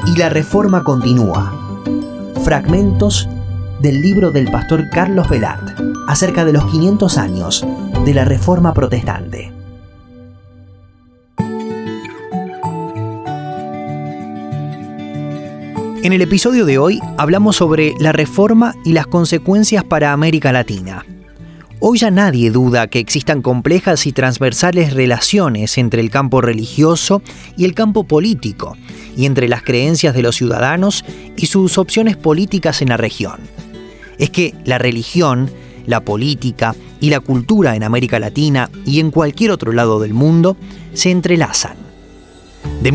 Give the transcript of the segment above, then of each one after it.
Y la reforma continúa. Fragmentos del libro del pastor Carlos Velart acerca de los 500 años de la Reforma Protestante. En el episodio de hoy hablamos sobre la Reforma y las consecuencias para América Latina. Hoy ya nadie duda que existan complejas y transversales relaciones entre el campo religioso y el campo político, y entre las creencias de los ciudadanos y sus opciones políticas en la región. Es que la religión, la política y la cultura en América Latina y en cualquier otro lado del mundo se entrelazan. De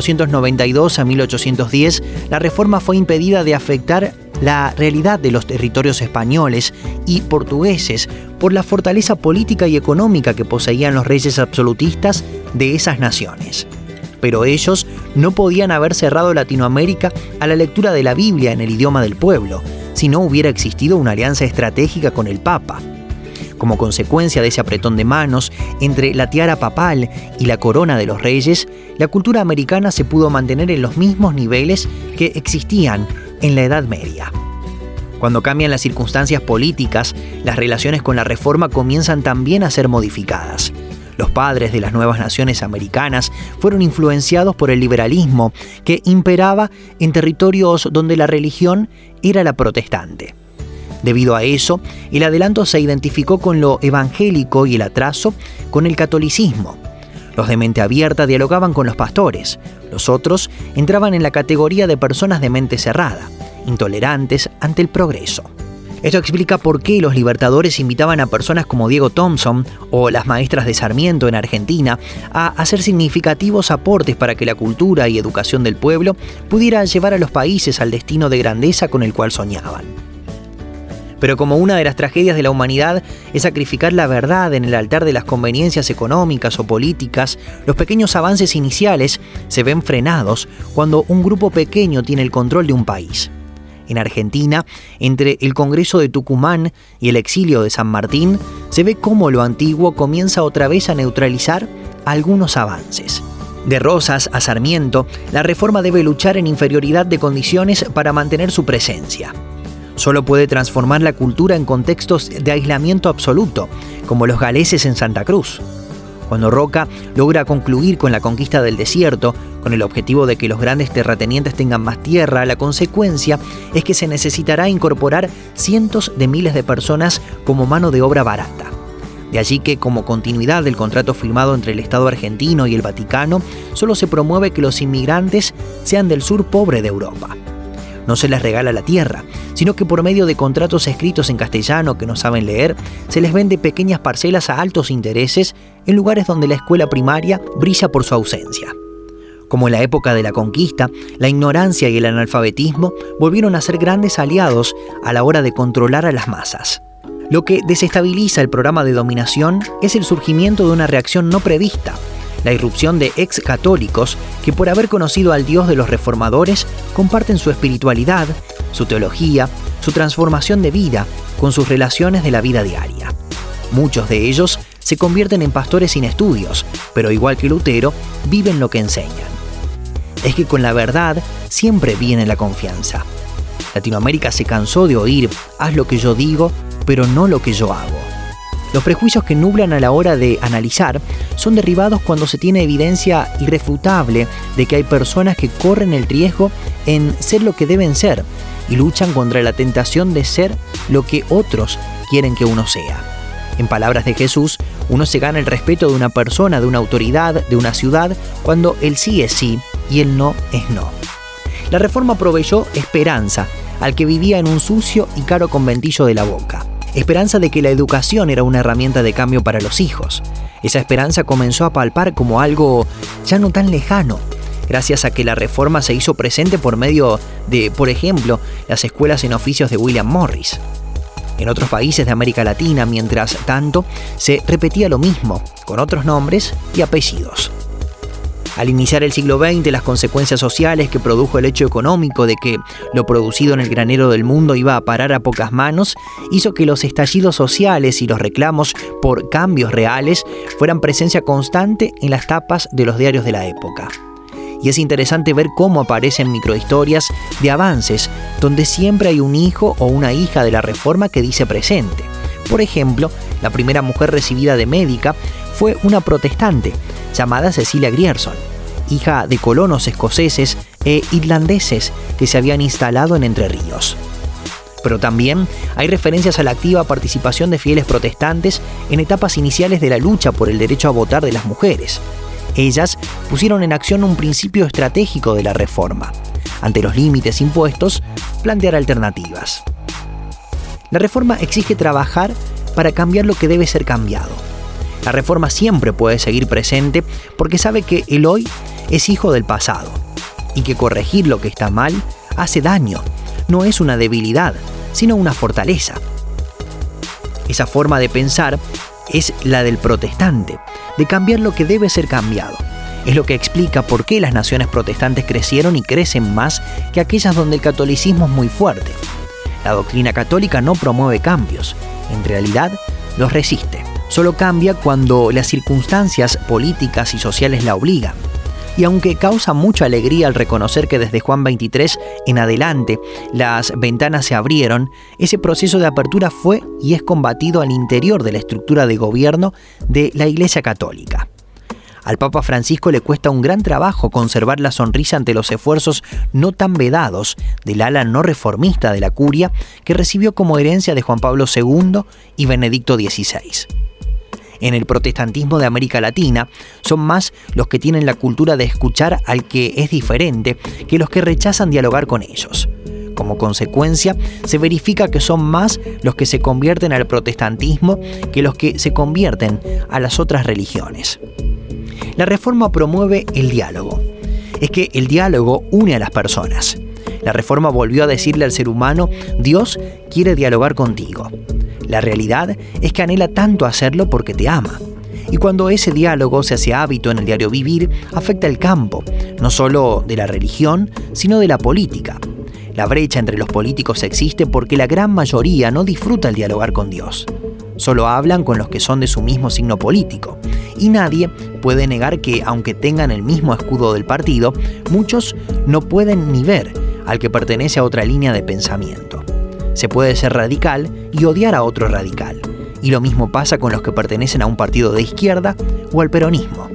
1492 a 1810, la Reforma fue impedida de afectar la realidad de los territorios españoles y portugueses por la fortaleza política y económica que poseían los reyes absolutistas de esas naciones. Pero ellos no podían haber cerrado Latinoamérica a la lectura de la Biblia en el idioma del pueblo, si no hubiera existido una alianza estratégica con el Papa. Como consecuencia de ese apretón de manos entre la tiara papal y la corona de los reyes, la cultura americana se pudo mantener en los mismos niveles que existían en la Edad Media. Cuando cambian las circunstancias políticas, las relaciones con la Reforma comienzan también a ser modificadas. Los padres de las nuevas naciones americanas fueron influenciados por el liberalismo que imperaba en territorios donde la religión era la protestante. Debido a eso, el adelanto se identificó con lo evangélico y el atraso con el catolicismo. Los de mente abierta dialogaban con los pastores. Los otros entraban en la categoría de personas de mente cerrada, intolerantes ante el progreso. Esto explica por qué los libertadores invitaban a personas como Diego Thompson o las maestras de Sarmiento en Argentina a hacer significativos aportes para que la cultura y educación del pueblo pudiera llevar a los países al destino de grandeza con el cual soñaban. Pero como una de las tragedias de la humanidad es sacrificar la verdad en el altar de las conveniencias económicas o políticas, los pequeños avances iniciales se ven frenados cuando un grupo pequeño tiene el control de un país. En Argentina, entre el Congreso de Tucumán y el exilio de San Martín, se ve cómo lo antiguo comienza otra vez a neutralizar algunos avances. De Rosas a Sarmiento, la Reforma debe luchar en inferioridad de condiciones para mantener su presencia. Solo puede transformar la cultura en contextos de aislamiento absoluto, como los galeses en Santa Cruz. Cuando Roca logra concluir con la conquista del desierto, con el objetivo de que los grandes terratenientes tengan más tierra, la consecuencia es que se necesitará incorporar cientos de miles de personas como mano de obra barata. De allí que, como continuidad del contrato firmado entre el Estado argentino y el Vaticano, solo se promueve que los inmigrantes sean del sur pobre de Europa. No se les regala la tierra, sino que por medio de contratos escritos en castellano que no saben leer, se les vende pequeñas parcelas a altos intereses en lugares donde la escuela primaria brilla por su ausencia. Como en la época de la conquista, la ignorancia y el analfabetismo volvieron a ser grandes aliados a la hora de controlar a las masas. Lo que desestabiliza el programa de dominación es el surgimiento de una reacción no prevista, la irrupción de ex católicos que, por haber conocido al Dios de los reformadores, comparten su espiritualidad, su teología, su transformación de vida con sus relaciones de la vida diaria. Muchos de ellos se convierten en pastores sin estudios, pero igual que Lutero, viven lo que enseñan. Es que con la verdad siempre viene la confianza. Latinoamérica se cansó de oír, haz lo que yo digo, pero no lo que yo hago. Los prejuicios que nublan a la hora de analizar son derribados cuando se tiene evidencia irrefutable de que hay personas que corren el riesgo en ser lo que deben ser y luchan contra la tentación de ser lo que otros quieren que uno sea. En palabras de Jesús, uno se gana el respeto de una persona, de una autoridad, de una ciudad, cuando el sí es sí y el no es no. La Reforma proveyó esperanza al que vivía en un sucio y caro conventillo de la Boca. Esperanza de que la educación era una herramienta de cambio para los hijos. Esa esperanza comenzó a palpar como algo ya no tan lejano, gracias a que la Reforma se hizo presente por medio de, por ejemplo, las escuelas en oficios de William Morris. En otros países de América Latina, mientras tanto, se repetía lo mismo, con otros nombres y apellidos. Al iniciar el siglo XX, las consecuencias sociales que produjo el hecho económico de que lo producido en el granero del mundo iba a parar a pocas manos, hizo que los estallidos sociales y los reclamos por cambios reales fueran presencia constante en las tapas de los diarios de la época. Y es interesante ver cómo aparecen microhistorias de avances donde siempre hay un hijo o una hija de la Reforma que dice presente. Por ejemplo, la primera mujer recibida de médica fue una protestante llamada Cecilia Grierson, hija de colonos escoceses e irlandeses que se habían instalado en Entre Ríos. Pero también hay referencias a la activa participación de fieles protestantes en etapas iniciales de la lucha por el derecho a votar de las mujeres. Ellas pusieron en acción un principio estratégico de la Reforma. Ante los límites impuestos, plantear alternativas. La Reforma exige trabajar para cambiar lo que debe ser cambiado. La Reforma siempre puede seguir presente porque sabe que el hoy es hijo del pasado y que corregir lo que está mal hace daño. No es una debilidad, sino una fortaleza. Esa forma de pensar es la del protestante, de cambiar lo que debe ser cambiado. Es lo que explica por qué las naciones protestantes crecieron y crecen más que aquellas donde el catolicismo es muy fuerte. La doctrina católica no promueve cambios, en realidad los resiste. Solo cambia cuando las circunstancias políticas y sociales la obligan. Y aunque causa mucha alegría al reconocer que desde Juan 23 en adelante las ventanas se abrieron, ese proceso de apertura fue y es combatido al interior de la estructura de gobierno de la Iglesia Católica. Al Papa Francisco le cuesta un gran trabajo conservar la sonrisa ante los esfuerzos no tan vedados del ala no reformista de la curia que recibió como herencia de Juan Pablo II y Benedicto XVI. En el protestantismo de América Latina, son más los que tienen la cultura de escuchar al que es diferente que los que rechazan dialogar con ellos. Como consecuencia, se verifica que son más los que se convierten al protestantismo que los que se convierten a las otras religiones. La Reforma promueve el diálogo. Es que el diálogo une a las personas. La Reforma volvió a decirle al ser humano: Dios quiere dialogar contigo. La realidad es que anhela tanto hacerlo porque te ama. Y cuando ese diálogo se hace hábito en el diario vivir, afecta el campo, no solo de la religión, sino de la política. La brecha entre los políticos existe porque la gran mayoría no disfruta el dialogar con Dios. Solo hablan con los que son de su mismo signo político. Y nadie puede negar que, aunque tengan el mismo escudo del partido, muchos no pueden ni ver al que pertenece a otra línea de pensamiento. Se puede ser radical y odiar a otro radical. Y lo mismo pasa con los que pertenecen a un partido de izquierda o al peronismo.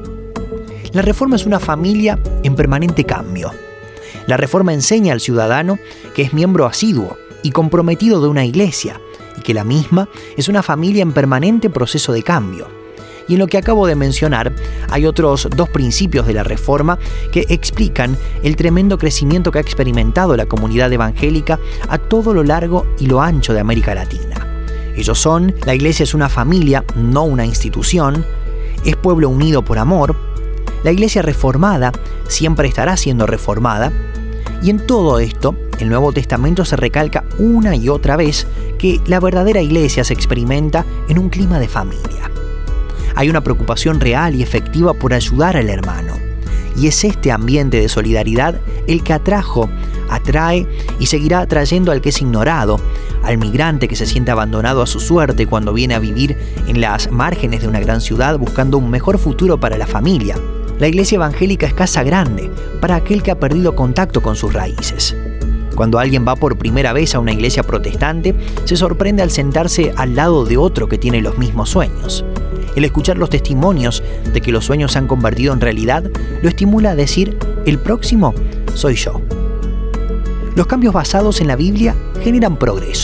La Reforma es una familia en permanente cambio. La Reforma enseña al ciudadano que es miembro asiduo y comprometido de una iglesia, y que la misma es una familia en permanente proceso de cambio. Y en lo que acabo de mencionar, hay otros dos principios de la Reforma que explican el tremendo crecimiento que ha experimentado la comunidad evangélica a todo lo largo y lo ancho de América Latina. Ellos son: la Iglesia es una familia, no una institución; es pueblo unido por amor; la Iglesia reformada siempre estará siendo reformada. Y en todo esto, el Nuevo Testamento se recalca una y otra vez que la verdadera Iglesia se experimenta en un clima de familia. Hay una preocupación real y efectiva por ayudar al hermano. Y es este ambiente de solidaridad el que atrae y seguirá atrayendo al que es ignorado, al migrante que se siente abandonado a su suerte cuando viene a vivir en las márgenes de una gran ciudad buscando un mejor futuro para la familia. La iglesia evangélica es casa grande para aquel que ha perdido contacto con sus raíces. Cuando alguien va por primera vez a una iglesia protestante, se sorprende al sentarse al lado de otro que tiene los mismos sueños. El escuchar los testimonios de que los sueños se han convertido en realidad lo estimula a decir: el próximo soy yo. Los cambios basados en la Biblia generan progreso.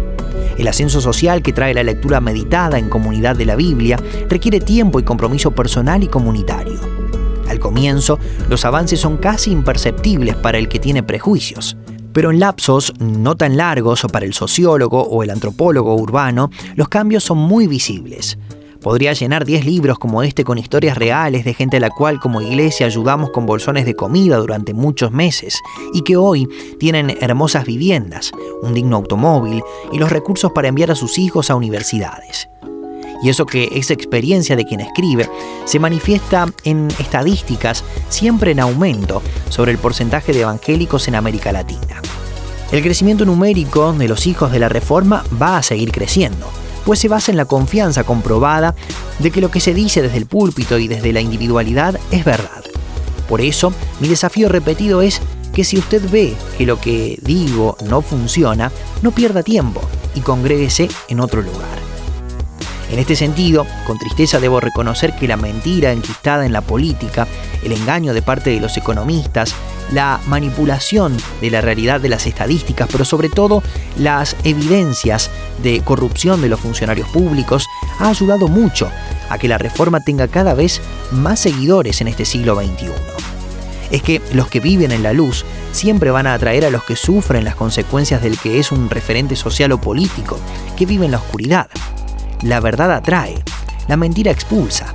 El ascenso social que trae la lectura meditada en comunidad de la Biblia requiere tiempo y compromiso personal y comunitario. Al comienzo, los avances son casi imperceptibles para el que tiene prejuicios. Pero en lapsos no tan largos o para el sociólogo o el antropólogo urbano, los cambios son muy visibles. Podría llenar 10 libros como este con historias reales de gente a la cual como iglesia ayudamos con bolsones de comida durante muchos meses y que hoy tienen hermosas viviendas, un digno automóvil y los recursos para enviar a sus hijos a universidades. Y eso que esa experiencia de quien escribe se manifiesta en estadísticas siempre en aumento sobre el porcentaje de evangélicos en América Latina. El crecimiento numérico de los hijos de la Reforma va a seguir creciendo, pues se basa en la confianza comprobada de que lo que se dice desde el púlpito y desde la individualidad es verdad. Por eso, mi desafío repetido es que si usted ve que lo que digo no funciona, no pierda tiempo y congréguese en otro lugar. En este sentido, con tristeza debo reconocer que la mentira enquistada en la política, el engaño de parte de los economistas, la manipulación de la realidad de las estadísticas, pero sobre todo las evidencias de corrupción de los funcionarios públicos, ha ayudado mucho a que la reforma tenga cada vez más seguidores en este siglo XXI. Es que los que viven en la luz siempre van a atraer a los que sufren las consecuencias del que es un referente social o político, que vive en la oscuridad. La verdad atrae, la mentira expulsa.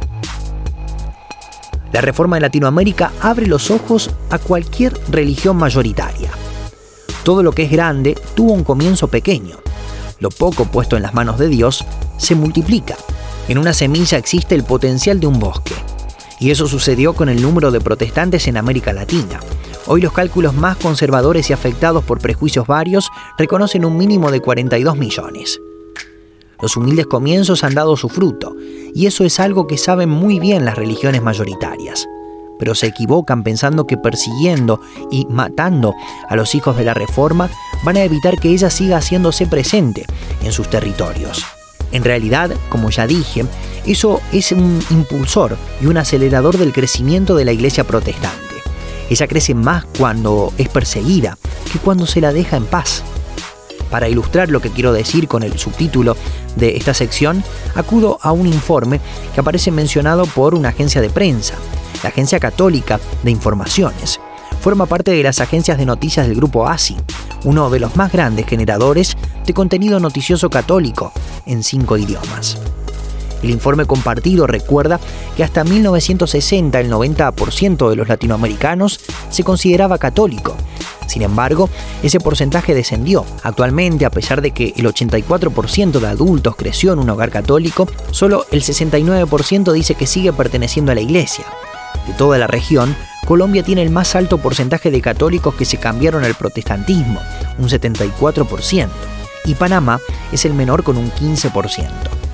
La reforma en Latinoamérica abre los ojos a cualquier religión mayoritaria. Todo lo que es grande tuvo un comienzo pequeño. Lo poco puesto en las manos de Dios se multiplica. En una semilla existe el potencial de un bosque. Y eso sucedió con el número de protestantes en América Latina. Hoy los cálculos más conservadores y afectados por prejuicios varios reconocen un mínimo de 42 millones. Los humildes comienzos han dado su fruto, y eso es algo que saben muy bien las religiones mayoritarias. Pero se equivocan pensando que persiguiendo y matando a los hijos de la Reforma van a evitar que ella siga haciéndose presente en sus territorios. En realidad, como ya dije, eso es un impulsor y un acelerador del crecimiento de la Iglesia protestante. Ella crece más cuando es perseguida que cuando se la deja en paz. Para ilustrar lo que quiero decir con el subtítulo de esta sección, acudo a un informe que aparece mencionado por una agencia de prensa, la Agencia Católica de Informaciones. Forma parte de las agencias de noticias del grupo ASI, uno de los más grandes generadores de contenido noticioso católico en 5 idiomas. El informe compartido recuerda que hasta 1960 el 90% de los latinoamericanos se consideraba católico. Sin embargo, ese porcentaje descendió. Actualmente, a pesar de que el 84% de adultos creció en un hogar católico, solo el 69% dice que sigue perteneciendo a la iglesia. De toda la región, Colombia tiene el más alto porcentaje de católicos que se cambiaron al protestantismo, un 74%, y Panamá es el menor con un 15%.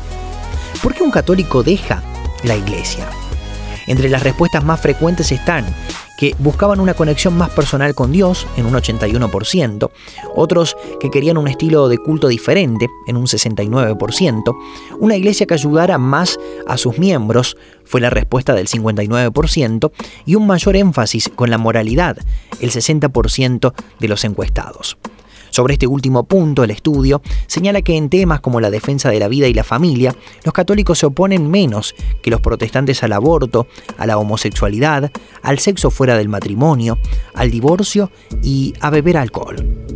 ¿Por qué un católico deja la iglesia? Entre las respuestas más frecuentes están que buscaban una conexión más personal con Dios, en un 81%, otros que querían un estilo de culto diferente, en un 69%, una iglesia que ayudara más a sus miembros, fue la respuesta del 59%, y un mayor énfasis con la moralidad, el 60% de los encuestados. Sobre este último punto, el estudio señala que en temas como la defensa de la vida y la familia, los católicos se oponen menos que los protestantes al aborto, a la homosexualidad, al sexo fuera del matrimonio, al divorcio y a beber alcohol.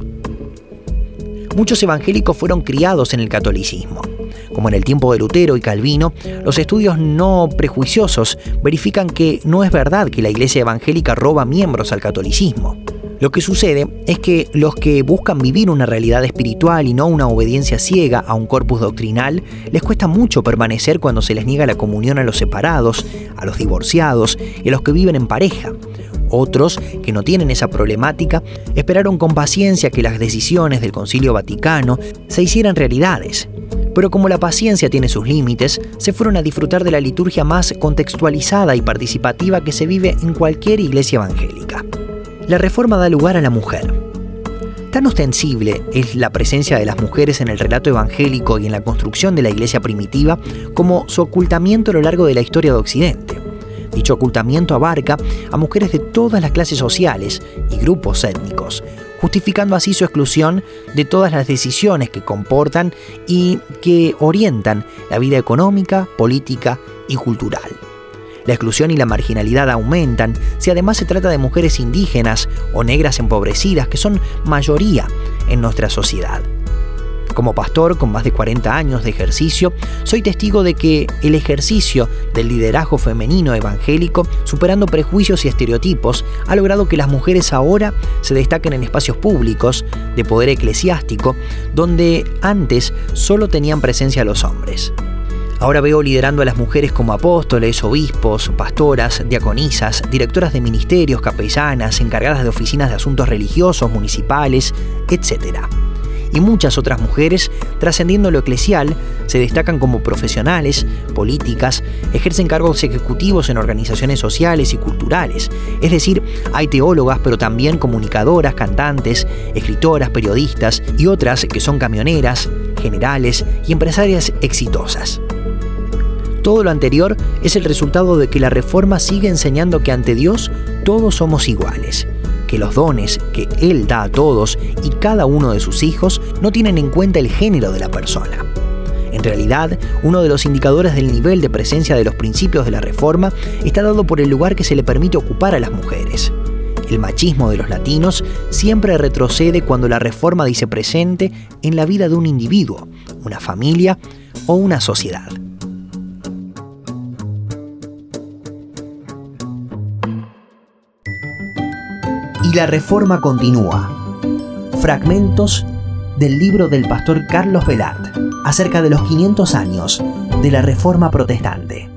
Muchos evangélicos fueron criados en el catolicismo. Como en el tiempo de Lutero y Calvino, los estudios no prejuiciosos verifican que no es verdad que la iglesia evangélica roba miembros al catolicismo. Lo que sucede es que los que buscan vivir una realidad espiritual y no una obediencia ciega a un corpus doctrinal, les cuesta mucho permanecer cuando se les niega la comunión a los separados, a los divorciados y a los que viven en pareja. Otros, que no tienen esa problemática, esperaron con paciencia que las decisiones del Concilio Vaticano se hicieran realidades. Pero como la paciencia tiene sus límites, se fueron a disfrutar de la liturgia más contextualizada y participativa que se vive en cualquier iglesia evangélica. La reforma da lugar a la mujer. Tan ostensible es la presencia de las mujeres en el relato evangélico y en la construcción de la iglesia primitiva como su ocultamiento a lo largo de la historia de Occidente. Dicho ocultamiento abarca a mujeres de todas las clases sociales y grupos étnicos, justificando así su exclusión de todas las decisiones que comportan y que orientan la vida económica, política y cultural. La exclusión y la marginalidad aumentan si además se trata de mujeres indígenas o negras empobrecidas, que son mayoría en nuestra sociedad. Como pastor con más de 40 años de ejercicio, soy testigo de que el ejercicio del liderazgo femenino evangélico, superando prejuicios y estereotipos, ha logrado que las mujeres ahora se destaquen en espacios públicos de poder eclesiástico, donde antes solo tenían presencia los hombres. Ahora veo liderando a las mujeres como apóstoles, obispos, pastoras, diaconisas, directoras de ministerios, capellanas, encargadas de oficinas de asuntos religiosos, municipales, etc. y muchas otras mujeres, trascendiendo lo eclesial, se destacan como profesionales, políticas, ejercen cargos ejecutivos en organizaciones sociales y culturales. Es decir, hay teólogas, pero también comunicadoras, cantantes, escritoras, periodistas y otras que son camioneras, generales y empresarias exitosas. Todo lo anterior es el resultado de que la Reforma sigue enseñando que ante Dios todos somos iguales, que los dones que Él da a todos y cada uno de sus hijos no tienen en cuenta el género de la persona. En realidad, uno de los indicadores del nivel de presencia de los principios de la Reforma está dado por el lugar que se le permite ocupar a las mujeres. El machismo de los latinos siempre retrocede cuando la Reforma dice presente en la vida de un individuo, una familia o una sociedad. Y la Reforma continúa. Fragmentos del libro del pastor Carlos Velart acerca de los 500 años de la Reforma Protestante.